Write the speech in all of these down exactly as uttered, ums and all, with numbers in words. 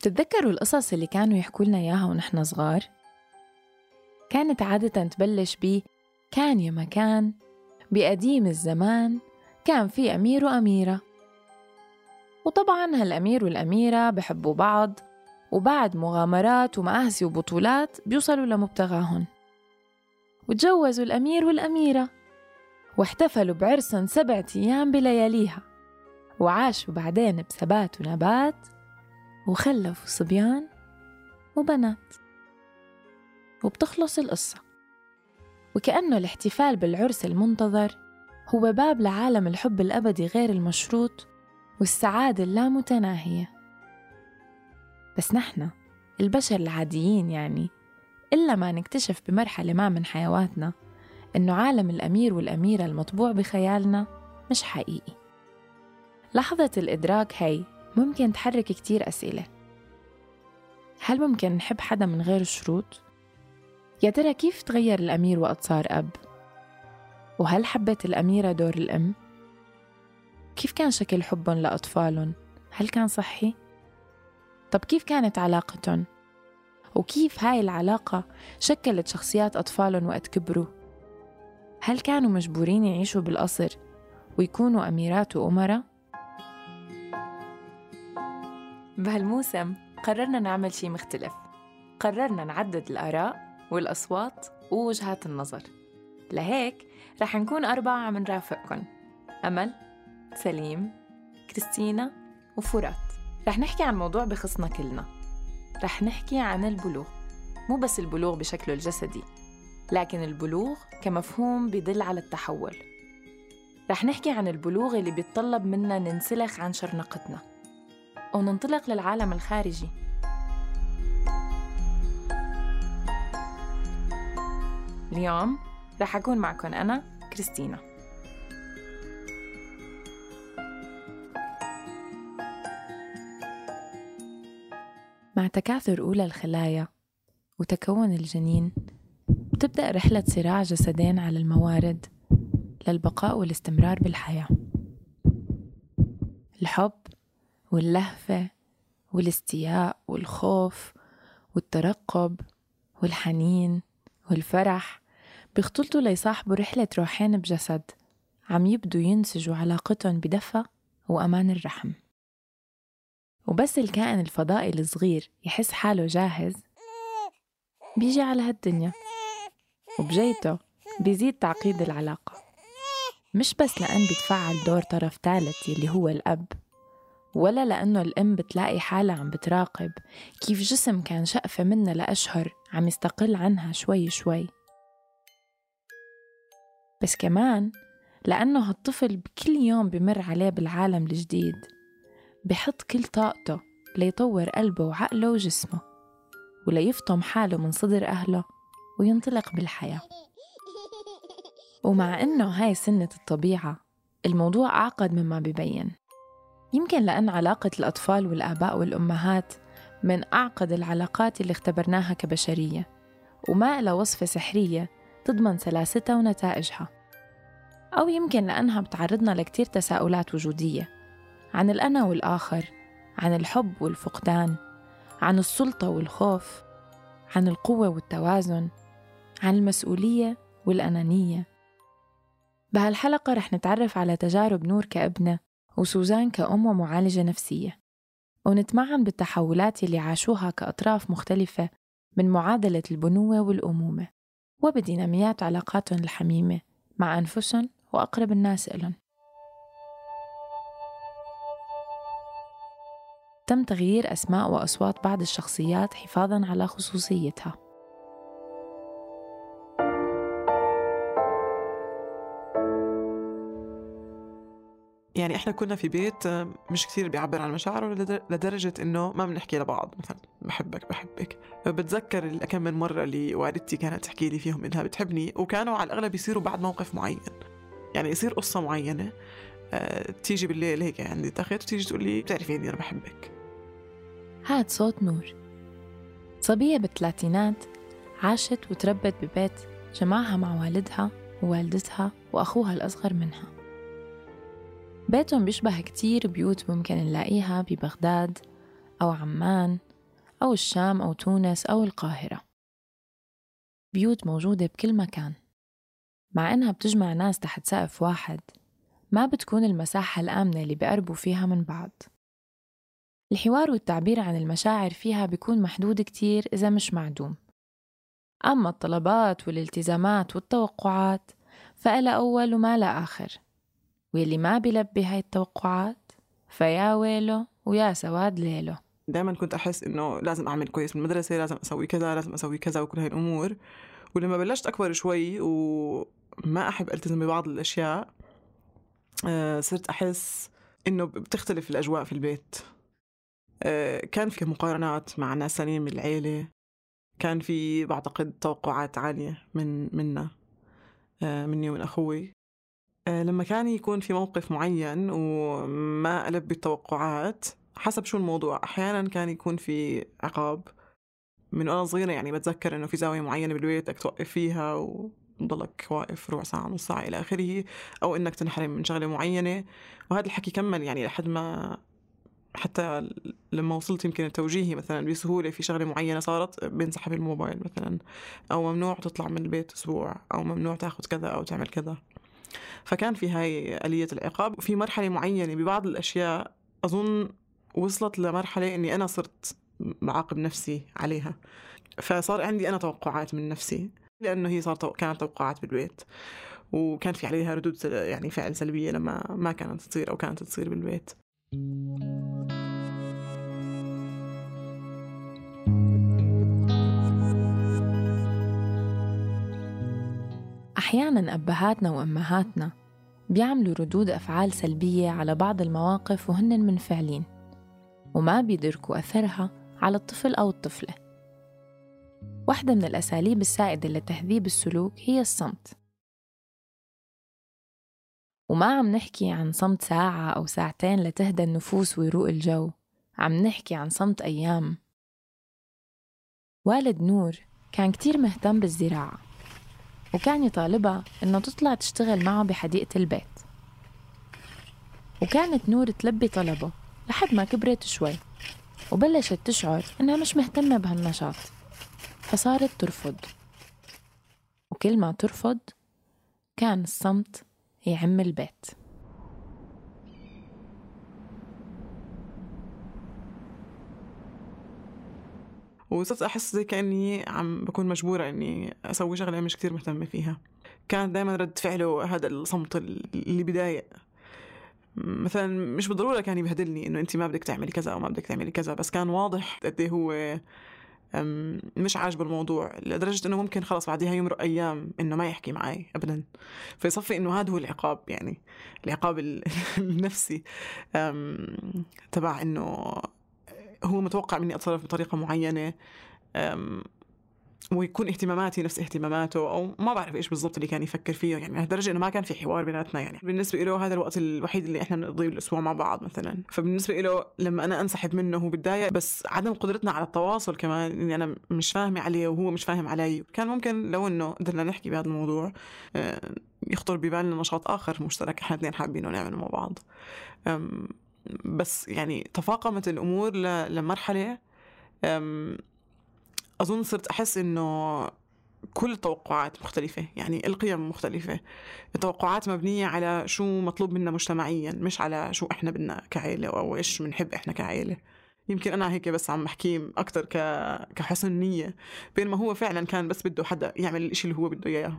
بتتذكروا القصص اللي كانوا يحكوا لنا إياها ونحن صغار؟ كانت عادة تبلش ب كان يا مكان بقديم الزمان كان في أمير وأميرة، وطبعاً هالأمير والأميرة بحبوا بعض، وبعد مغامرات ومآسي وبطولات بيوصلوا لمبتغاهن، وتجوزوا الأمير والأميرة واحتفلوا بعرسن سبعة أيام بلياليها، وعاشوا بعدين بثبات ونبات وخلفوا صبيان وبنات. وبتخلص القصة وكأنه الاحتفال بالعرس المنتظر هو باب لعالم الحب الأبدي غير المشروط والسعادة اللامتناهية. بس نحن البشر العاديين يعني إلا ما نكتشف بمرحلة ما من حيواتنا إنه عالم الأمير والأميرة المطبوع بخيالنا مش حقيقي. لحظة الإدراك هي ممكن تحرك كتير أسئلة. هل ممكن نحب حدا من غير شروط؟ يا ترى كيف تغير الأمير وقت صار أب؟ وهل حبت الأميرة دور الأم؟ كيف كان شكل حبهم لأطفالهم؟ هل كان صحي؟ طب كيف كانت علاقتهم؟ وكيف هاي العلاقة شكلت شخصيات أطفالهم وقت كبروا؟ هل كانوا مجبورين يعيشوا بالقصر ويكونوا أميرات وأمراء؟ بهالموسم قررنا نعمل شي مختلف. قررنا نعدد الآراء والأصوات ووجهات النظر. لهيك رح نكون أربعة عم نرافقكن: أمل، سليم، كريستينا، وفرات. رح نحكي عن موضوع بخصنا كلنا. رح نحكي عن البلوغ، مو بس البلوغ بشكله الجسدي، لكن البلوغ كمفهوم بيدل على التحول. رح نحكي عن البلوغ اللي بيتطلب منا ننسلخ عن شرنقتنا وننطلق للعالم الخارجي. اليوم رح أكون معكم أنا كريستينا. مع تكاثر أولى الخلايا وتكون الجنين بتبدأ رحلة صراع جسدين على الموارد للبقاء والاستمرار بالحياة. الحب واللهفة والاستياء والخوف والترقب والحنين والفرح بيختلطوا ليصاحبوا رحلة روحين بجسد عم يبدوا ينسجوا علاقتهم بدفى وأمان الرحم. وبس الكائن الفضائي الصغير يحس حاله جاهز بيجي على هالدنيا، وبجيته بيزيد تعقيد العلاقة، مش بس لأن بيتفعل دور طرف ثالث يلي هو الأب، ولا لأنه الأم بتلاقي حالها عم بتراقب كيف جسم كان شقفة منها لأشهر عم يستقل عنها شوي شوي، بس كمان لأنه هالطفل بكل يوم بمر عليه بالعالم الجديد بحط كل طاقته ليطور قلبه وعقله وجسمه وليفطم حاله من صدر أهله وينطلق بالحياة. ومع إنه هاي سنة الطبيعة، الموضوع أعقد مما بيبين. يمكن لأن علاقة الأطفال والآباء والأمهات من أعقد العلاقات اللي اختبرناها كبشرية، وما إلها وصفة سحرية تضمن سلاستها ونتائجها. أو يمكن لأنها بتعرضنا لكتير تساؤلات وجودية عن الأنا والآخر، عن الحب والفقدان، عن السلطة والخوف، عن القوة والتوازن، عن المسؤولية والأنانية. بهالحلقة رح نتعرف على تجارب نور كابنة وسوزان كأم ومعالجة نفسية، ونتمعن بالتحولات اللي عاشوها كأطراف مختلفة من معادلة البنوة والأمومة، وبديناميات علاقاتهم الحميمة مع أنفسهم وأقرب الناس إلهم. تم تغيير أسماء وأصوات بعض الشخصيات حفاظاً على خصوصيتها. يعني إحنا كنا في بيت مش كثير بيعبر عن مشاعره لدرجة إنه ما بنحكي لبعض مثلا بحبك بحبك. بتذكر كم من مرة اللي والدتي كانت تحكي لي فيهم إنها بتحبني، وكانوا على الأغلب يصيروا بعد موقف معين، يعني يصير قصة معينة أه تيجي بالليل هيك عندي تخت وتيجي تقول لي بتعرفي إني أنا بحبك. هاد صوت نور، صبية بالثلاثينات عاشت وتربت ببيت جمعها مع والدها ووالدتها وأخوها الأصغر منها. بيتهم بيشبه كتير بيوت ممكن نلاقيها ببغداد أو عمان أو الشام أو تونس أو القاهرة. بيوت موجودة بكل مكان، مع إنها بتجمع ناس تحت سقف واحد، ما بتكون المساحة الآمنة اللي بيقربوا فيها من بعض. الحوار والتعبير عن المشاعر فيها بيكون محدود كتير إذا مش معدوم. أما الطلبات والالتزامات والتوقعات فإلا أول وما لا آخر، واللي ما بيلبي هاي التوقعات فيا ويله ويا سواد ليله. دائما كنت أحس إنه لازم أعمل كويس بالمدرسة، لازم أسوي كذا، لازم أسوي كذا وكل هاي الأمور. ولما بلشت أكبر شوي وما أحب ألتزم ببعض الأشياء، صرت أحس إنه بتختلف الأجواء في البيت. كان في مقارنات مع ناس ثانيين من العيلة، كان في بعتقد توقعات عالية من منا مني ومن أخوي. لما كان يكون في موقف معين وما ألبي التوقعات حسب شو الموضوع، أحيانا كان يكون في عقاب. من وأنا صغيرة يعني بتذكر إنه في زاوية معينة بالبيت بدك توقف فيها وضلك واقف ربع ساعة نص ساعة إلى آخره، أو إنك تنحرم من شغلة معينة. وهذا الحكي كمل يعني لحد ما حتى لما وصلت يمكن التوجيهي مثلا بسهولة في شغلة معينة صارت بينسحب الموبايل مثلا، أو ممنوع تطلع من البيت أسبوع، أو ممنوع تاخد كذا أو تعمل كذا. فكان في هاي آلية العقاب. في مرحلة معينة ببعض الأشياء أظن وصلت لمرحلة إني أنا صرت بعاقب نفسي عليها، فصار عندي أنا توقعات من نفسي، لأنه هي صارت كانت توقعات بالبيت وكان في عليها ردود يعني فعل سلبية لما ما كانت تصير أو كانت تصير بالبيت. أحياناً أبهاتنا وأمهاتنا بيعملوا ردود أفعال سلبية على بعض المواقف وهن منفعلين، وما بيدركوا أثرها على الطفل أو الطفلة. واحدة من الأساليب السائدة لتهذيب السلوك هي الصمت. وما عم نحكي عن صمت ساعة أو ساعتين لتهدى النفوس ويروق الجو، عم نحكي عن صمت أيام. والد نور كان كتير مهتم بالزراعة، وكان يطالبها إنه تطلع تشتغل معه بحديقة البيت، وكانت نور تلبي طلبه لحد ما كبرت شوي وبلشت تشعر إنها مش مهتمة بهالنشاط، فصارت ترفض. وكل ما ترفض كان الصمت يعم البيت. وصرت أحس زي كأني عم بكون مجبورة إني أسوي شغلة مش كتير مهتمة فيها. كان دايما رد فعله هذا الصمت اللي بداية، مثلا مش بالضرورة كان يبهدلني إنه أنت ما بدك تعملي كذا أو ما بدك تعملي كذا، بس كان واضح قد إيه هو مش عاجب الموضوع، لدرجة إنه ممكن خلاص بعدها يمرق أيام إنه ما يحكي معي أبدا. فيصفي إنه هذا هو العقاب، يعني العقاب النفسي تبع إنه هو متوقع مني أتصرف بطريقة معينة ويكون اهتماماتي نفس اهتماماته، أو ما بعرف إيش بالضبط اللي كان يفكر فيه. يعني لدرجة إنه ما كان في حوار بيناتنا. يعني بالنسبة له هذا الوقت الوحيد اللي إحنا بنقضيه الأسبوع مع بعض مثلا، فبالنسبة له لما أنا أنسحب منه هو بتضايق. بس عدم قدرتنا على التواصل كمان، إني أنا مش فاهمة عليه وهو مش فاهم علي، كان ممكن لو إنه قدرنا نحكي بهذا الموضوع يخطر ببالنا نشاط آخر مشترك إحنا اثنين حابينه نعمله مع بعض. بس يعني تفاقمت الأمور لمرحلة أظن صرت أحس إنه كل التوقعات مختلفة، يعني القيم مختلفة. التوقعات مبنية على شو مطلوب منا مجتمعيا، مش على شو إحنا بدنا كعائلة أو إيش منحب إحنا كعائلة. يمكن أنا هيك بس عم بحكي أكتر ك... كحسن نية، بينما هو فعلا كان بس بده حدا يعمل الإشي اللي هو بده إياه.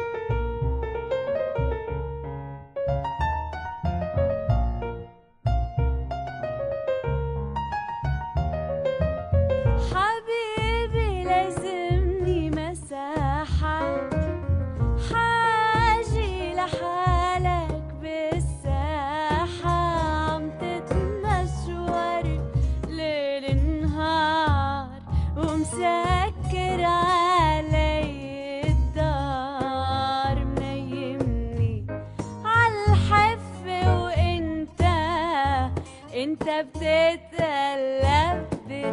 انت بتتقلب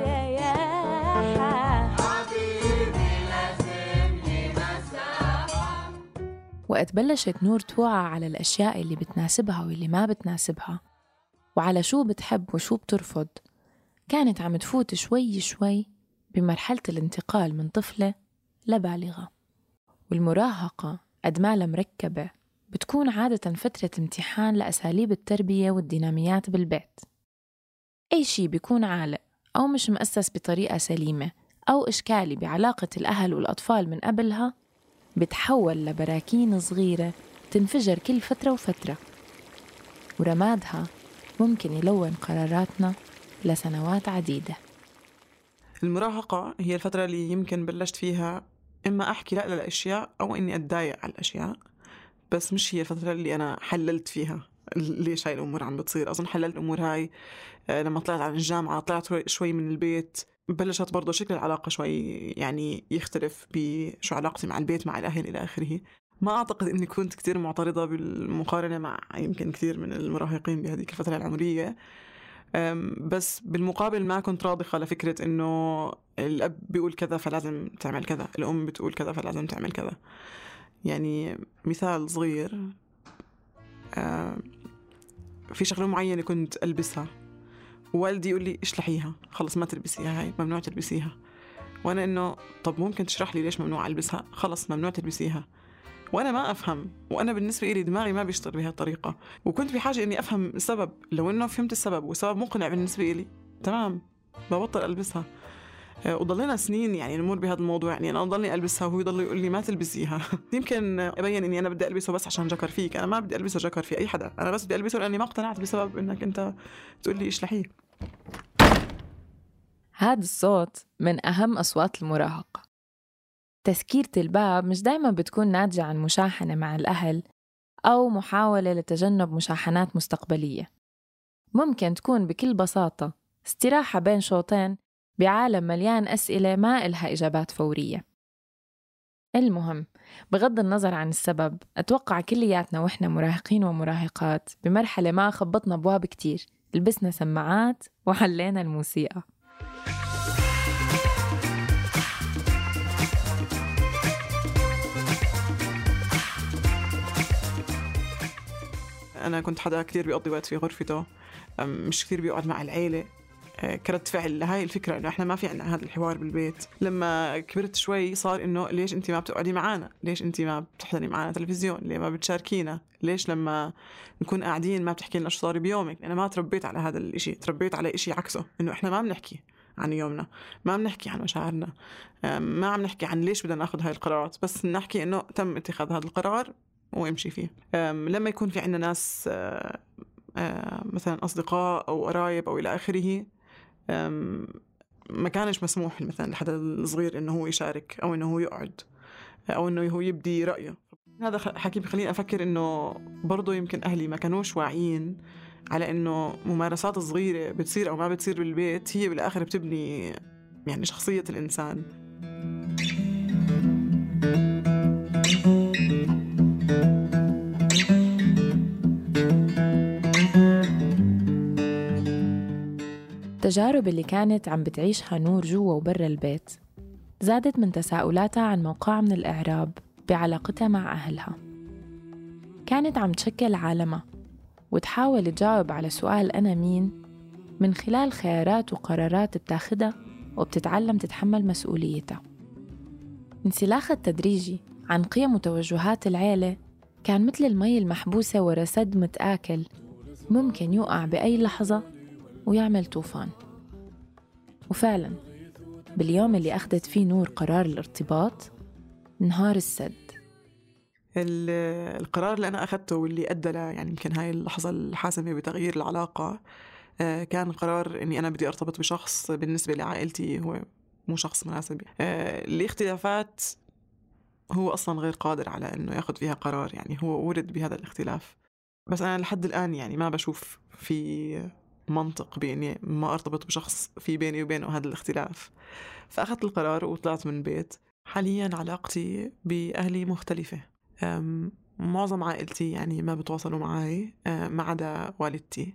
برياحة حبيبي لازمني مساحة. وقت بلشت نور توعى على الأشياء اللي بتناسبها واللي ما بتناسبها، وعلى شو بتحب وشو بترفض، كانت عم تفوت شوي شوي بمرحلة الانتقال من طفلة لبالغة. والمراهقة قد ما لها مركبة بتكون عادة فترة امتحان لأساليب التربية والديناميات بالبيت. أي شي بيكون عالق أو مش مؤسس بطريقة سليمة أو إشكالي بعلاقة الأهل والأطفال من قبلها بتحول لبراكين صغيرة تنفجر كل فترة وفترة، ورمادها ممكن يلون قراراتنا لسنوات عديدة. المراهقة هي الفترة اللي يمكن بلشت فيها إما أحكي لا للأشياء أو إني أتضايق على الأشياء، بس مش هي الفترة اللي أنا حللت فيها ليش هاي الأمور عم بتصير. أظن حللت الأمور هاي لما طلعت على الجامعة، طلعت شوي من البيت، بلشت برضو شكل العلاقة شوي يعني يختلف بشو علاقتي مع البيت مع الأهل إلى آخره. ما أعتقد إني كنت كتير معترضة بالمقارنة مع يمكن كثير من المراهقين بهذه الفترة العمرية، بس بالمقابل ما كنت راضخة لفكرة إنه الأب بيقول كذا فلازم تعمل كذا، الأم بتقول كذا فلازم تعمل كذا. يعني مثال صغير، في شغلة معينة كنت ألبسها ووالدي يقول لي اشلحيها، خلص ما تلبسيها، هاي ممنوع تلبسيها. وأنا إنه طب ممكن تشرح لي ليش ممنوع ألبسها؟ خلص ممنوع تلبسيها. وأنا ما أفهم، وأنا بالنسبة إلي دماغي ما بيشتغل بهذه الطريقة، وكنت بحاجة إني أفهم السبب. لو إنه فهمت السبب والسبب مقنع بالنسبة إلي تمام ببطل ألبسها. وضلينا سنين يعني نمر بهذا الموضوع، يعني أنا أضلني ألبسها وهو يضل يقول لي ما تلبسيها. يمكن أبين إني أنا بدي ألبسه بس عشان جكر فيك، أنا ما بدي ألبسه جكر في أي حدا، أنا بس بدي ألبسه لأني ما اقتنعت بسبب إنك أنت تقول لي اشلحيه. هذا الصوت من أهم أصوات المراهقة. تسكيرة الباب مش دايما بتكون ناتجة عن مشاحنة مع الأهل أو محاولة لتجنب مشاحنات مستقبلية. ممكن تكون بكل بساطة استراحة بين شوطين بعالم مليان أسئلة ما إلها إجابات فورية. المهم، بغض النظر عن السبب، أتوقع كلياتنا وإحنا مراهقين ومراهقات بمرحلة ما خبطنا أبواب كتير، لبسنا سماعات وحلينا الموسيقى. أنا كنت حدا كتير بيقضي وقت في غرفته، مش كتير بيقعد مع العيلة. كرد فعل لهاي الفكرة إنه إحنا ما في عنا هذا الحوار بالبيت. لما كبرت شوي صار إنه ليش أنتي ما بتقعدي معانا؟ ليش أنتي ما بتحضري معانا تلفزيون؟ ليه ما بتشاركينا؟ ليش لما نكون قاعدين ما بتحكي لنا شو صار بيومك؟ أنا ما تربيت على هذا الإشي، تربيت على إشي عكسه، إنه إحنا ما بنحكي عن يومنا، ما بنحكي عن مشاعرنا، ما عم نحكي عن ليش بدنا ناخذ هاي القرارات، بس نحكي إنه تم اتخاذ هذا القرار وامشي فيه. لما يكون في عنا ناس مثلا أصدقاء أو قرايب أو إلى آخره، ما كانش مسموح مثلا لحدا الصغير إنه هو يشارك أو إنه هو يقعد أو إنه هو يبدي رأيه. هذا حكي بخليني أفكر إنه برضو يمكن أهلي ما كانوش واعيين على إنه ممارسات صغيرة بتصير أو ما بتصير بالبيت هي بالآخر بتبني يعني شخصية الإنسان. التجارب اللي كانت عم بتعيشها نور جوا وبرا البيت زادت من تساؤلاتها عن موقع من الإعراب بعلاقتها مع أهلها. كانت عم تشكل عالمها وتحاول تجاوب على سؤال أنا مين من خلال خيارات وقرارات بتاخدها وبتتعلم تتحمل مسؤوليتها. انسلاخها التدريجي عن قيم وتوجهات العيلة كان مثل المي المحبوسة ورا سد متآكل ممكن يوقع بأي لحظة ويعمل طوفان. وفعلاً باليوم اللي أخذت فيه نور قرار الارتباط انهار السد. القرار اللي أنا أخذته واللي أدى له يعني يمكن هاي اللحظة الحاسمة بتغيير العلاقة كان قرار إني أنا بدي أرتبط بشخص بالنسبة لعائلتي هو مو شخص مناسب. الاختلافات هو أصلاً غير قادر على إنه يأخذ فيها قرار، يعني هو ولد بهذا الاختلاف. بس أنا لحد الآن يعني ما بشوف في منطق بإني ما أرتبط بشخص في بيني وبينه هذا الاختلاف. فأخذت القرار وطلعت من البيت. حالياً علاقتي بأهلي مختلفة، معظم عائلتي يعني ما بتواصلوا معي ما عدا والدتي.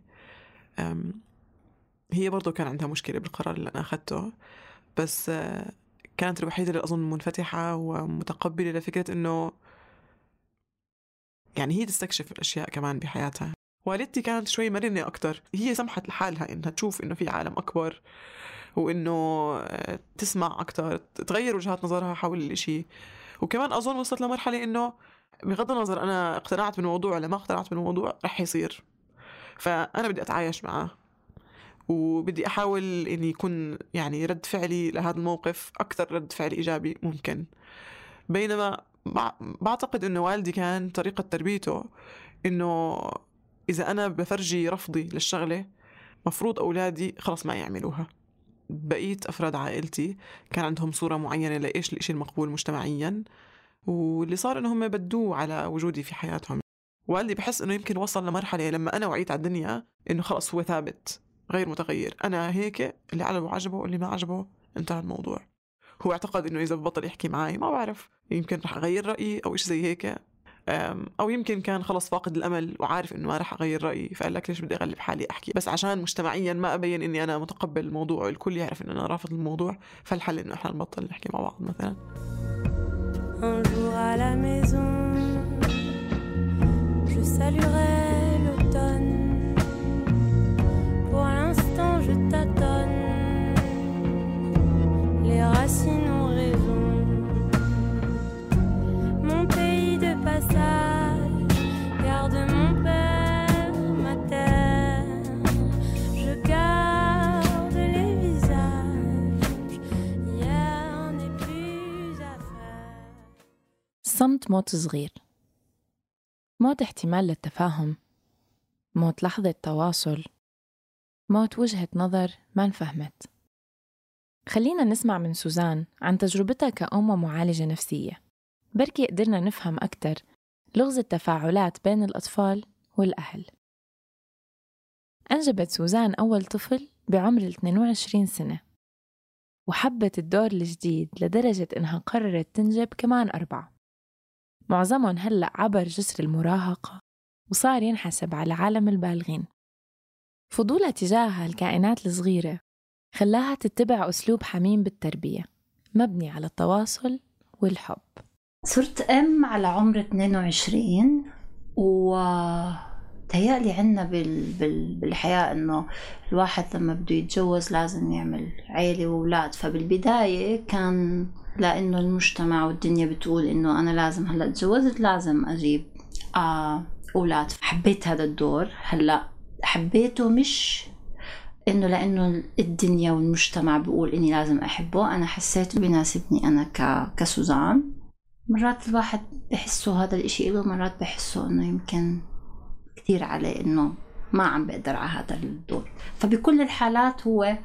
هي برضو كان عندها مشكلة بالقرار اللي أنا أخذته، بس كانت الوحيدة اللي أظن منفتحة ومتقبلة لفكرة إنه يعني هي تستكشف الأشياء كمان بحياتها. والدتي كانت شوي مرنة أكتر، هي سمحت لحالها إنها تشوف إنه في عالم أكبر وإنه تسمع أكتر، تغير وجهات نظرها حول الإشي. وكمان أظن وصلت لمرحلة إنه بغض النظر أنا اقتنعت بالموضوع ولا ما اقتنعت بالموضوع رح يصير، فأنا بدي أتعايش معه وبدي أحاول إني يكون يعني رد فعلي لهذا الموقف أكثر رد فعل إيجابي ممكن. بينما بعتقد إنه والدي كان طريقة تربيته إنه إذا أنا بفرجي رفضي للشغلة مفروض أولادي خلص ما يعملوها. بقية أفراد عائلتي كان عندهم صورة معينة لإيش الإشي المقبول مجتمعيا، واللي صار إنهم بدوه على وجودي في حياتهم. والدي بحس إنه يمكن وصل لمرحلة لما أنا وعيت على الدنيا إنه خلص هو ثابت غير متغير، أنا هيك، اللي عجبه عجبه واللي ما عجبه انتهى الموضوع. هو اعتقد إنه إذا ببطل يحكي معي ما بعرف يمكن رح أغير رأيي أو إيش زي هيك، أو يمكن كان خلص فاقد الأمل وعارف إنه ما رح أغير رأيي فقال لك ليش بدي أغلب حالي أحكي بس عشان مجتمعيا ما أبين إني أنا متقبل الموضوع والكل يعرف إن أنا رافض الموضوع، فالحل إنه إحنا نبطل نحكي مع بعض مثلا. Un jour à la maison, je saluerai l'automne. Pour l'instant, je tâtonne. Les racines ont raison. Mon pays de passage garde mon père, ma terre. Je garde les visages. Hier n'est plus à faire. صمت موت صغير، موت احتمال للتفاهم، موت لحظة تواصل، موت وجهة نظر ما انفهمت. خلينا نسمع من سوزان عن تجربتها كأم ومعالجة نفسية، بركي قدرنا نفهم أكتر لغز التفاعلات بين الأطفال والأهل. أنجبت سوزان أول طفل بعمر اثنين وعشرين سنة، وحبت الدور الجديد لدرجة إنها قررت تنجب كمان أربعة، معظمهم هلأ عبر جسر المراهقة وصار ينحسب على عالم البالغين. فضولها تجاه الكائنات الصغيرة خلاها تتبع أسلوب حميم بالتربية مبني على التواصل والحب. صرت أم على عمر اثنين وعشرين، وتهيألي عنا بال... بال... بالحياة إنه الواحد لما بده يتجوز لازم يعمل عيلة وولاد. فبالبداية كان لأنه المجتمع والدنيا بتقول إنه أنا لازم هلأ تجوزت لازم أجيب آه أولاد. حبيت هذا الدور. هلأ حبيته مش إنه لأنه الدنيا والمجتمع بيقول إني لازم أحبه، أنا حسيت بيناسبني أنا ك... كسوزان. مرات الواحد بحسه هذا الإشي إله، مرات بحسه إنه يمكن كتير عليه إنه ما عم بقدر على هذا الدور. فبكل الحالات هو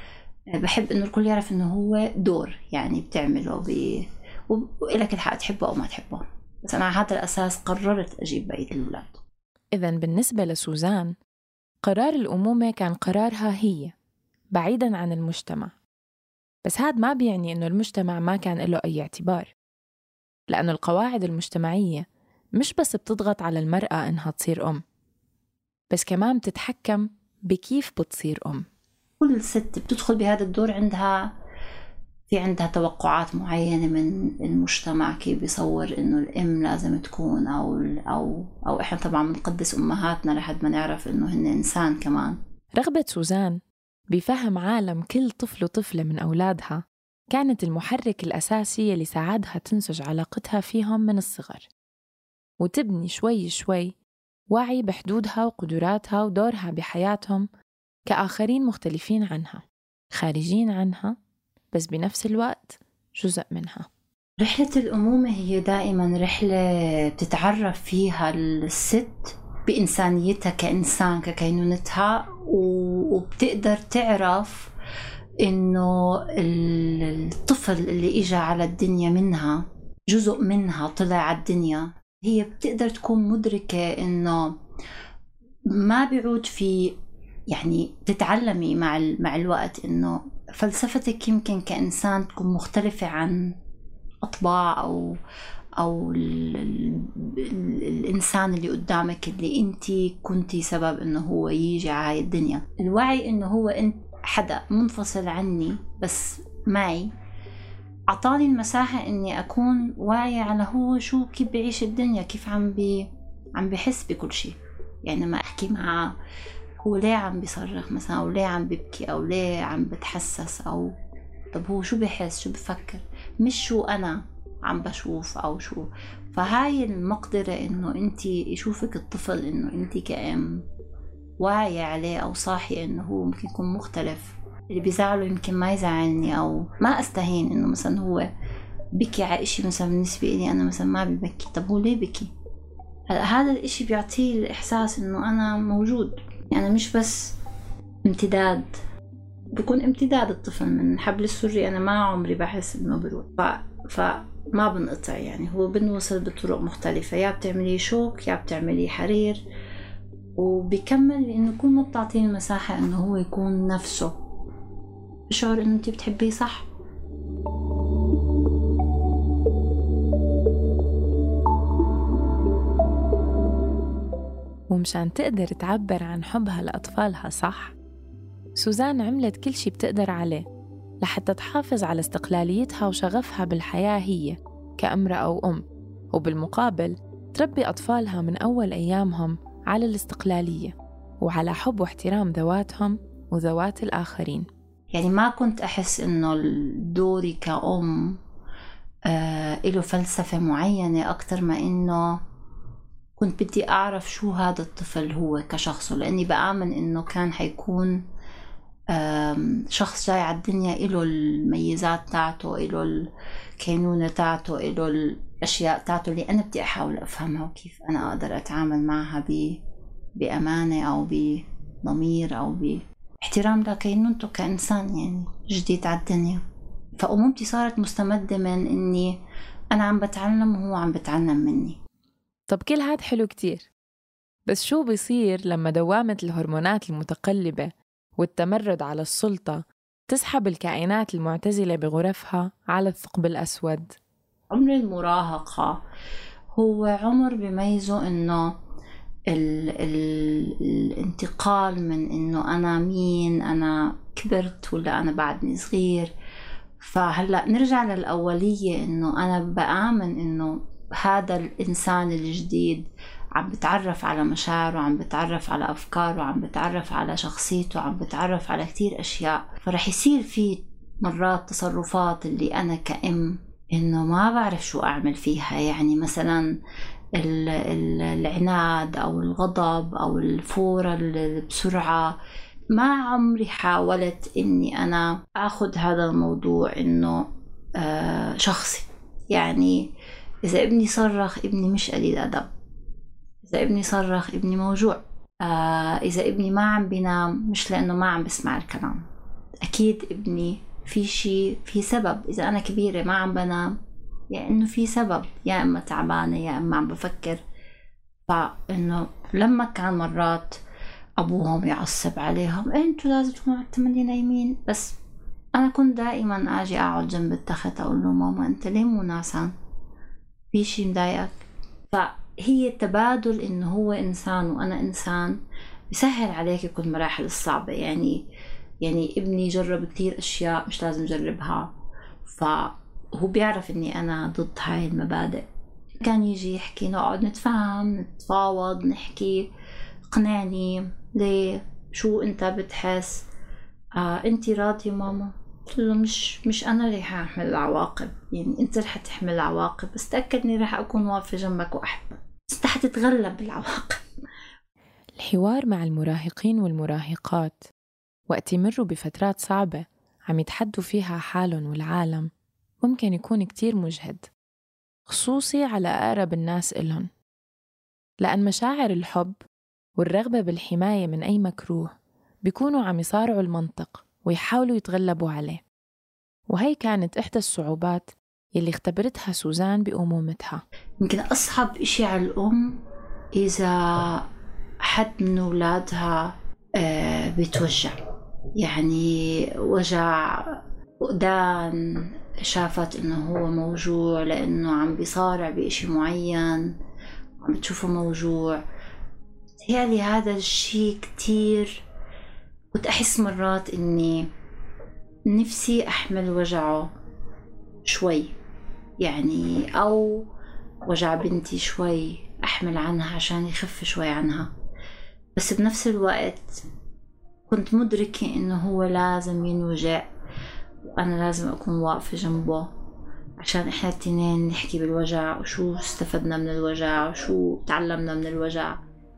بحب إنه الكل يعرف إنه هو دور يعني بتعمله ب... وإلك الحق تحبه أو ما تحبه، بس أنا على هذا الأساس قررت أجيب بقية الأولاد. إذن بالنسبة لسوزان قرار الأمومة كان قرارها هي بعيداً عن المجتمع، بس هذا ما بيعني إنه المجتمع ما كان له أي اعتبار، لأنه القواعد المجتمعية مش بس بتضغط على المرأة إنها تصير أم، بس كمان بتتحكم بكيف بتصير أم. كل ست بتدخل بهذا الدور عندها في عندها توقعات معينة من المجتمع كيف بيصور إنه الأم لازم تكون، أو أو أو إحنا طبعاً بنقدس أمهاتنا لحد ما نعرف إنه هن إنسان كمان. رغبة سوزان بفهم عالم كل طفل وطفلة من أولادها كانت المحرك الأساسي اللي ساعدها تنسج علاقتها فيهم من الصغر، وتبني شوي شوي وعي بحدودها وقدراتها ودورها بحياتهم كآخرين مختلفين عنها، خارجين عنها، بس بنفس الوقت جزء منها. رحلة الأمومة هي دائما رحلة بتتعرف فيها الست بإنسانيتها كإنسان ككينونتها، وبتقدر تعرف إنه الطفل اللي إجا على الدنيا منها جزء منها طلع على الدنيا. هي بتقدر تكون مدركة إنه ما بيعود في يعني تتعلمي مع مع الوقت إنه فلسفتك يمكن كإنسان تكون مختلفة عن أطباع أو أو ال ال الإنسان اللي قدامك اللي أنتي كنتي سبب إنه هو يجي على الدنيا. الوعي إنه هو أنت حدا منفصل عني بس معي أعطاني المساحة إني أكون واعية على هو شو كيف بعيش الدنيا، كيف عم بي عم بحس بكل شيء. يعني ما أحكي معه هو ليه عم بيصرخ مثلا، أو ليه عم بيبكي، أو ليه عم بتحسس، أو طب هو شو بيحس شو بفكر، مش شو أنا عم بشوف أو شو. فهاي المقدرة إنه أنتي يشوفك الطفل إنه أنتي كأم واعية عليه أو صاحية إنه هو ممكن يكون مختلف، اللي بيزعله يمكن ما يزعلني، أو ما أستهين إنه مثلا هو بكي على إشي مثلا بالنسبة لي أنا مثلا ما ببكي، طب هو ليه بكي؟ هذا الإشي بيعطيه الإحساس إنه أنا موجود، يعني مش بس امتداد، بيكون امتداد الطفل من حبل السري. أنا ما عمري بحس إنه بروح، ف... فما بنقطع، يعني هو بنوصل بطرق مختلفة، يا بتعملي شوك يا بتعملي حرير، وبيكمل بإنه كل ما بتعطيه المساحة إنه هو يكون نفسه، بشعر إنه أنت بتحبيه صح. ومشان تقدر تعبر عن حبها لأطفالها صح، سوزان عملت كل شي بتقدر عليه لحتى تحافظ على استقلاليتها وشغفها بالحياة هي كأمرأة أو أم، وبالمقابل تربي أطفالها من أول أيامهم على الاستقلالية وعلى حب واحترام ذواتهم وذوات الآخرين. يعني ما كنت أحس إنه دوري كأم آه إله فلسفة معينة أكتر ما إنه كنت بدي أعرف شو هذا الطفل هو كشخصه، لأني بآمن إنه كان حيكون شخص جاي على الدنيا إله الميزات تاعته، إله الكينونة تاعته، إله الأشياء تاعته اللي أنا بدي أحاول أفهمها وكيف أنا أقدر أتعامل معها بأمانة أو بضمير أو باحترام لكينونته كإنسان يعني جديد على الدنيا. فأمومتي صارت مستمدة من إني أنا عم بتعلم وهو عم بتعلم مني. طب كل هاد حلو كتير، بس شو بيصير لما دوامة الهرمونات المتقلبة والتمرد على السلطة تسحب الكائنات المعتزلة بغرفها على الثقب الأسود؟ عمر المراهقة هو عمر بيميزه إنه ال ال الانتقال من إنه أنا مين، أنا كبرت ولا أنا بعدني صغير. فهلأ نرجع للأولية إنه أنا بآمن إنه هذا الإنسان الجديد عم بتعرف على مشاعره، عم بتعرف على أفكاره، عم بتعرف على شخصيته، عم بتعرف على كتير أشياء. فرح يصير في مرات تصرفات اللي أنا كأم إنه ما بعرف شو أعمل فيها، يعني مثلا العناد أو الغضب أو الفورة بسرعة. ما عمري حاولت إني أنا أخذ هذا الموضوع إنه آه شخصي. يعني إذا ابني صرخ ابني مش قليل أدب، إذا ابني صرخ ابني موجوع، آه إذا ابني ما عم بينام مش لأنه ما عم بسمع الكلام، أكيد ابني في شيء في سبب. إذا أنا كبيرة ما عم بنام يعني إنه في سبب، يا إما تعبانة يا إما عم بفكر. فإنه لما كان مرات أبوهم يعصب عليهم أنتوا لازم تكونوا تمني نايمين، بس أنا كنت دائما أجي أقعد جنب التخت أقول له ماما أنت ليه مو ناسان، في شيء مضايقك؟ فهي تبادل إنه هو إنسان وأنا إنسان بيسهل عليك كل المراحل الصعبة. يعني يعني ابني جرب كتير أشياء مش لازم جربها، فهو بيعرف إني أنا ضد هاي المبادئ. كان يجي يحكي نقعد نتفاهم نتفاوض نحكي، قنعني ليه شو أنت بتحس، آه أنت راضية ماما؟ قلت له مش مش أنا اللي حأحمل العواقب، يعني أنت رح تحمل العواقب، بس تأكدني رح أكون واقفة جنبك وأحبك، بس رح تتغلب بالعواقب. الحوار مع المراهقين والمراهقات وقت يمروا بفترات صعبة عم يتحدوا فيها حالهم والعالم ممكن يكون كتير مجهد، خصوصي على أقرب الناس إلهم، لأن مشاعر الحب والرغبة بالحماية من أي مكروه بيكونوا عم يصارعوا المنطق ويحاولوا يتغلبوا عليه. وهي كانت إحدى الصعوبات يلي اختبرتها سوزان بأمومتها. يمكن أصعب إشي على الأم إذا حد من أولادها بيتوجع، يعني وجع فقدان، شافت إنه هو موجوع لأنه عم بيصارع بإشي معين، عم بتشوفه موجوع. هيالي هذا الشيء كتير كنت أحس مرات إني نفسي أحمل وجعه شوي، يعني أو وجع بنتي شوي أحمل عنها عشان يخف شوي عنها. بس بنفس الوقت كنت مدركة إنه هو لازم ينوجع وأنا لازم أكون واقفة جنبه عشان إحنا التنين نحكي بالوجع وشو استفدنا من الوجع وشو تعلمنا من الوجع.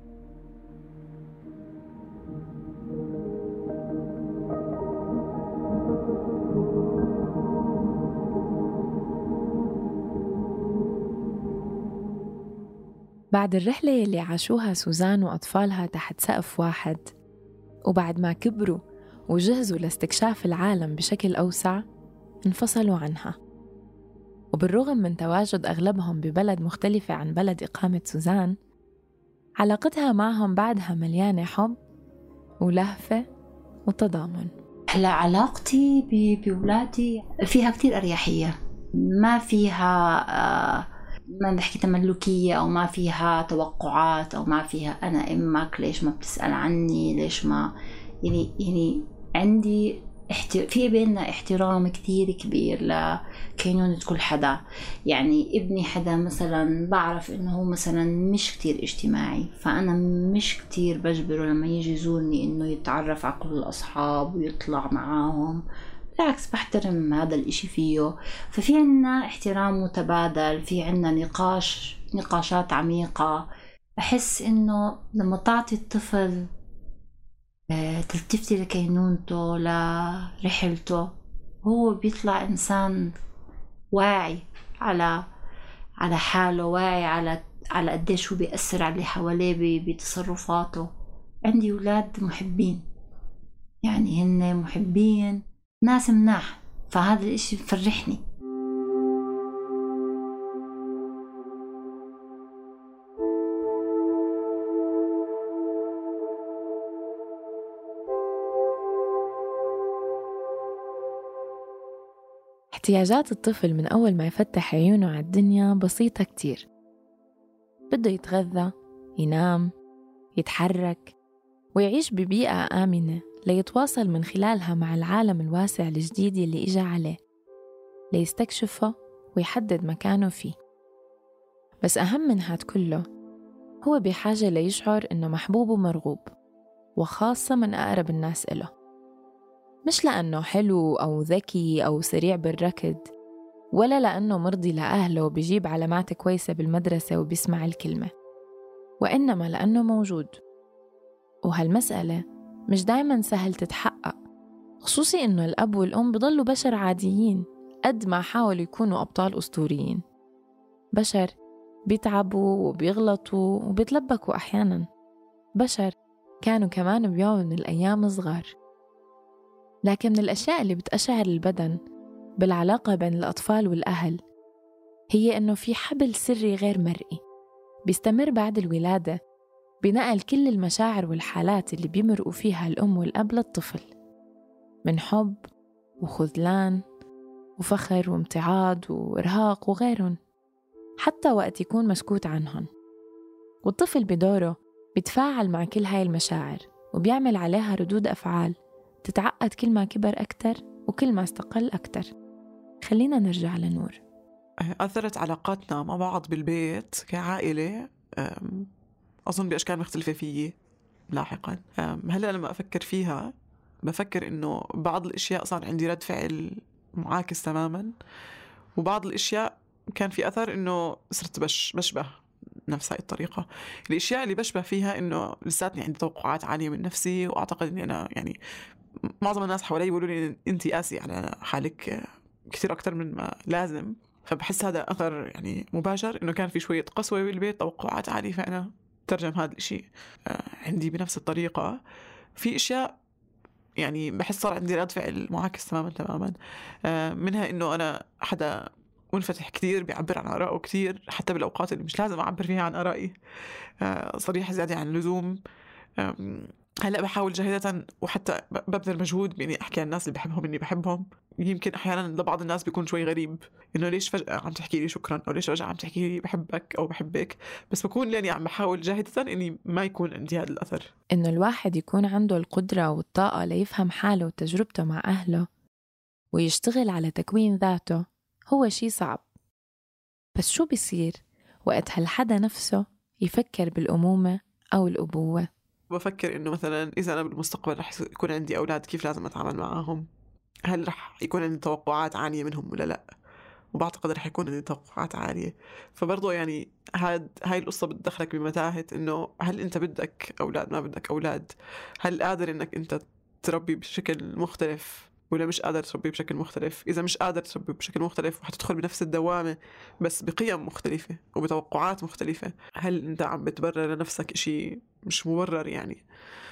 بعد الرحلة اللي عاشوها سوزان وأطفالها تحت سقف واحد، وبعد ما كبروا وجهزوا لاستكشاف العالم بشكل أوسع، انفصلوا عنها. وبالرغم من تواجد أغلبهم ببلد مختلفة عن بلد إقامة سوزان، علاقتها معهم بعدها مليانة حب ولهفة وتضامن. هلا علاقتي بولادي فيها كتير أريحية، ما فيها آه ما نحكي تملكية أو ما فيها توقعات أو ما فيها أنا أمك ليش ما بتسأل عني، ليش ما يعني يعني عندي احت... في بيننا احترام كتير كبير لكينونة كل حدا. يعني ابني حدا مثلا بعرف إنه هو مثلا مش كتير اجتماعي، فأنا مش كتير بجبره لما يجي يزورني إنه يتعرف على كل الأصحاب ويطلع معاهم، بالعكس بحترم هذا الاشي فيه. ففي عنا احترام متبادل، في عنا نقاش نقاشات عميقة. بحس انه لما تعطي الطفل تلتفتي لكينونته لرحلته، هو بيطلع انسان واعي على على حاله، واعي على على قديش هو بيأثر على اللي حواليه بتصرفاته. عندي أولاد محبين، يعني هن محبين ناس مناح، فهذا الاشي بفرحني. احتياجات الطفل من أول ما يفتح عيونه على الدنيا بسيطة كتير. بده يتغذى، ينام، يتحرك، ويعيش ببيئة آمنة ليتواصل من خلالها مع العالم الواسع الجديد اللي إجا عليه، ليستكشفه ويحدد مكانه فيه. بس أهم من هاد كله، هو بحاجة ليشعر إنه محبوب ومرغوب، وخاصة من أقرب الناس إله. مش لأنه حلو أو ذكي أو سريع بالركض، ولا لأنه مرضي لأهله وبيجيب علامات كويسة بالمدرسة وبيسمع الكلمة، وإنما لأنه موجود. وهالمسألة مش دايماً سهل تتحقق، خصوصي إنه الأب والأم بيضلوا بشر عاديين قد ما حاولوا يكونوا أبطال أسطوريين. بشر بيتعبوا وبيغلطوا وبيتلبكوا أحياناً، بشر كانوا كمان بيوم من الأيام صغار. لكن من الأشياء اللي بتأشعر البدن بالعلاقة بين الأطفال والأهل هي إنه في حبل سري غير مرئي بيستمر بعد الولادة بنقل كل المشاعر والحالات اللي بيمرقوا فيها الأم والأب للطفل، من حب وخذلان وفخر وامتعاض وإرهاق وغيرهم، حتى وقت يكون مسكوت عنهم. والطفل بدوره بيتفاعل مع كل هاي المشاعر وبيعمل عليها ردود أفعال تتعقد كل ما كبر أكتر وكل ما استقل أكتر. خلينا نرجع لنور. أثرت علاقاتنا مع بعض بالبيت كعائلة أظن بأشكال مختلفة فيي لاحقا. هلأ لما أفكر فيها بفكر إنه بعض الأشياء صار عندي رد فعل معاكس تماما، وبعض الأشياء كان في أثر إنه صرت بش بشبه نفس هاي الطريقة. الأشياء اللي بشبه فيها إنه لساتني عندي توقعات عالية من نفسي، وأعتقد إني أنا يعني معظم الناس حوالي يقولوا لي أنتي قاسي على حالك كثير أكتر من ما لازم. فبحس هذا أثر يعني مباشر إنه كان في شوية قسوة بالبيت، توقعات عالية، فأنا ترجم هذا الشيء عندي بنفس الطريقة. في أشياء يعني بحس صار عندي رد فعل معاكس تماما تماما، منها إنه أنا حدا منفتح كتير، بيعبر عن آرائه كتير حتى بالأوقات اللي مش لازم أعبر فيها عن آرائي، صريح زيادة عن اللزوم. هلأ بحاول جاهدة وحتى ببذل مجهود بإني أحكي عن الناس اللي بحبهم إني بحبهم. يمكن أحيانا لبعض الناس بيكون شوي غريب إنه ليش فجأة عم تحكي لي شكرا، أو ليش فجأة عم تحكي لي بحبك أو بحبك، بس بكون لاني عم بحاول جاهدة إني ما يكون عندي هذا الأثر. إنه الواحد يكون عنده القدرة والطاقة ليفهم حاله وتجربته مع أهله ويشتغل على تكوين ذاته هو شيء صعب. بس شو بيصير وقت هالحدا نفسه يفكر بالأمومة أو الأبوة؟ بفكر إنه مثلا إذا أنا بالمستقبل رح يكون عندي أولاد كيف لازم أتعامل معهم، هل رح يكون عندي توقعات عالية منهم ولا لأ، وبعتقد رح يكون عندي توقعات عالية. فبرضو يعني هاد هاي القصة بتدخلك بمتاهة إنه هل أنت بدك أولاد ما بدك أولاد، هل قادر إنك أنت تربي بشكل مختلف ولا مش قادر تربي بشكل مختلف. إذا مش قادر تربي بشكل مختلف وحتدخل بنفس الدوامة بس بقيم مختلفة وبتوقعات مختلفة، هل أنت عم بتبرر لنفسك إشي مش مبرر يعني.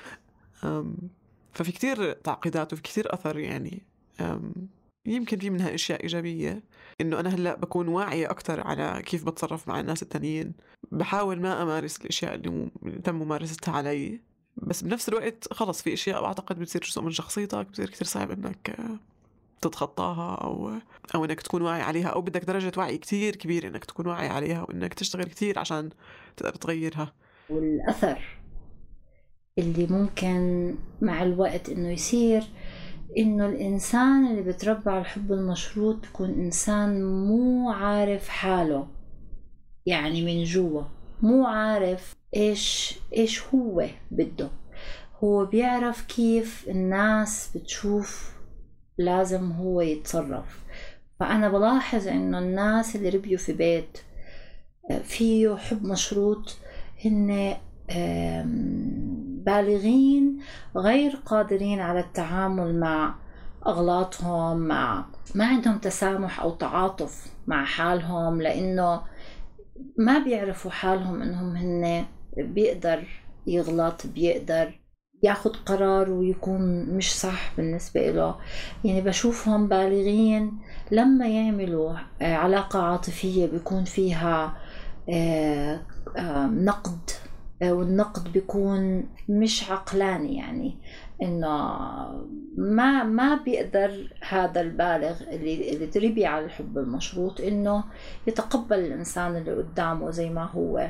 ففي كتير تعقيدات وفي كتير أثر يعني. يمكن في منها أشياء إيجابية، إنه أنا هلأ بكون واعية أكتر على كيف بتصرف مع الناس التانيين، بحاول ما أمارس الأشياء اللي تم ممارستها علي، بس بنفس الوقت خلص في أشياء أعتقد بتصير جزء من شخصيتك بتصير كتير صعب إنك تتخطاها أو أو إنك تكون واعي عليها، أو بدك درجة وعي كتير كبير إنك تكون واعي عليها وإنك تشتغل كتير عشان تقدر تغيرها. والأثر اللي ممكن مع الوقت إنه يصير إنه الإنسان اللي بتربى على الحب المشروط بيكون إنسان مو عارف حاله، يعني من جوا مو عارف إيش إيش هو بده. هو بيعرف كيف الناس بتشوف لازم هو يتصرف. فأنا بلاحظ إنه الناس اللي ربيوا في بيت فيه حب مشروط هن بالغين غير قادرين على التعامل مع أغلاطهم، مع ما عندهم تسامح أو تعاطف مع حالهم، لأنه ما بيعرفوا حالهم إنهم هن بيقدر يغلط، بيقدر ياخد قرار ويكون مش صح بالنسبة له. يعني بشوفهم بالغين لما يعملوا علاقة عاطفية بيكون فيها نقد، والنقد بيكون مش عقلاني، يعني إنه ما ما بيقدر هذا البالغ اللي اللي تربي على الحب المشروط إنه يتقبل الإنسان اللي قدامه زي ما هو.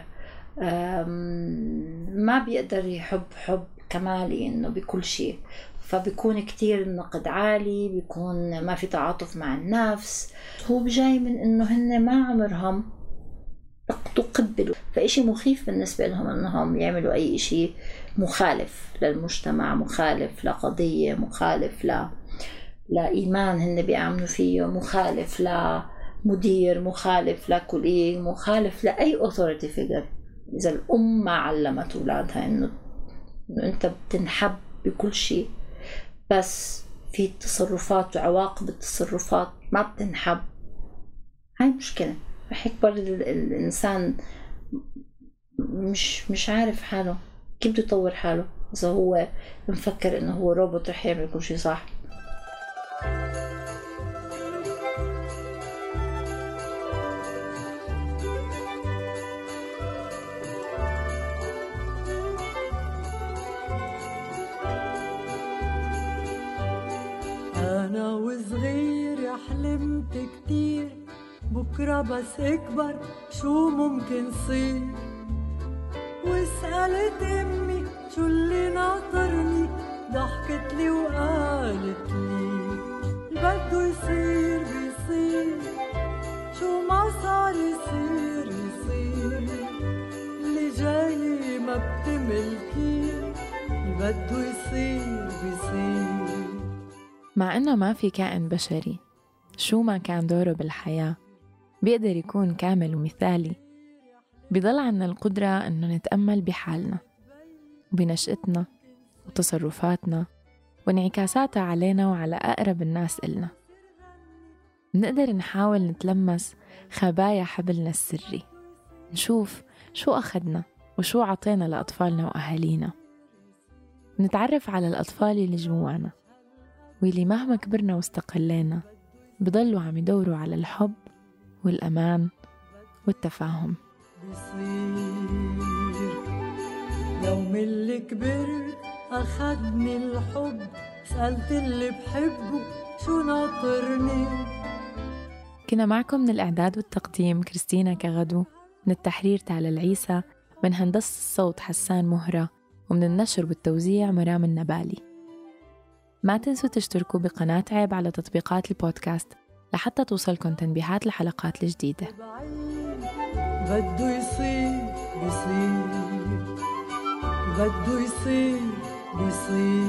ما بيقدر يحب حب كمالي إنه بكل شيء، فبيكون كتير النقد عالي، بيكون ما في تعاطف مع النفس. هو بجاي من إنه هن ما عمرهم تقبلوا، فإشي مخيف بالنسبة لهم إنهم يعملوا أي إشي مخالف للمجتمع، مخالف لقضية، مخالف ل لإيمان هن بيآمنوا فيه، مخالف لمدير، مخالف لكوليج، مخالف لأي authority figure. إذا الأم ما علمت أولادها إنه إنه أنت بتنحب بكل شيء، بس في تصرفات وعواقب التصرفات ما بتنحب، هاي مشكلة. رح يكبر الإنسان مش مش عارف حاله، كيف بده يطور حاله إذا هو مفكر إنه هو روبوت رح يعمل كل شيء صح. أنا وصغير حلمت كتير بكرة بس اكبر شو ممكن صير، وسألت امي شو اللي ناطرني، ضحكت لي وقالت لي بده يصير بيصير، شو ما صار يصير يصير، اللي جاي ما بتملكيه، بده يصير بيصير. مع إنه ما في كائن بشري شو ما كان دوره بالحياة بيقدر يكون كامل ومثالي، بيضل عنا القدرة إنه نتأمل بحالنا وبنشأتنا وتصرفاتنا وانعكاساتها علينا وعلى أقرب الناس إلنا. بنقدر نحاول نتلمس خبايا حبلنا السري، نشوف شو أخدنا وشو عطينا لأطفالنا وأهالينا، نتعرف على الأطفال اللي جوانا واللي مهما كبرنا واستقلينا بضلوا عم يدوروا على الحب والأمان والتفاهم. يوم اللي كبرت أخدني الحب، سألت اللي بحبه شو ناطرني. كنا معكم من الإعداد والتقديم كريستينا كغدو، من التحرير تعالى العيسى، من هندسة الصوت حسان مهرة، ومن النشر والتوزيع مرام النبالي. ما تنسوا تشتركوا بقناة عيب على تطبيقات البودكاست لحتى توصلكم تنبيهات الحلقات الجديدة. بده يصير بيصير، بده يصير بيصير.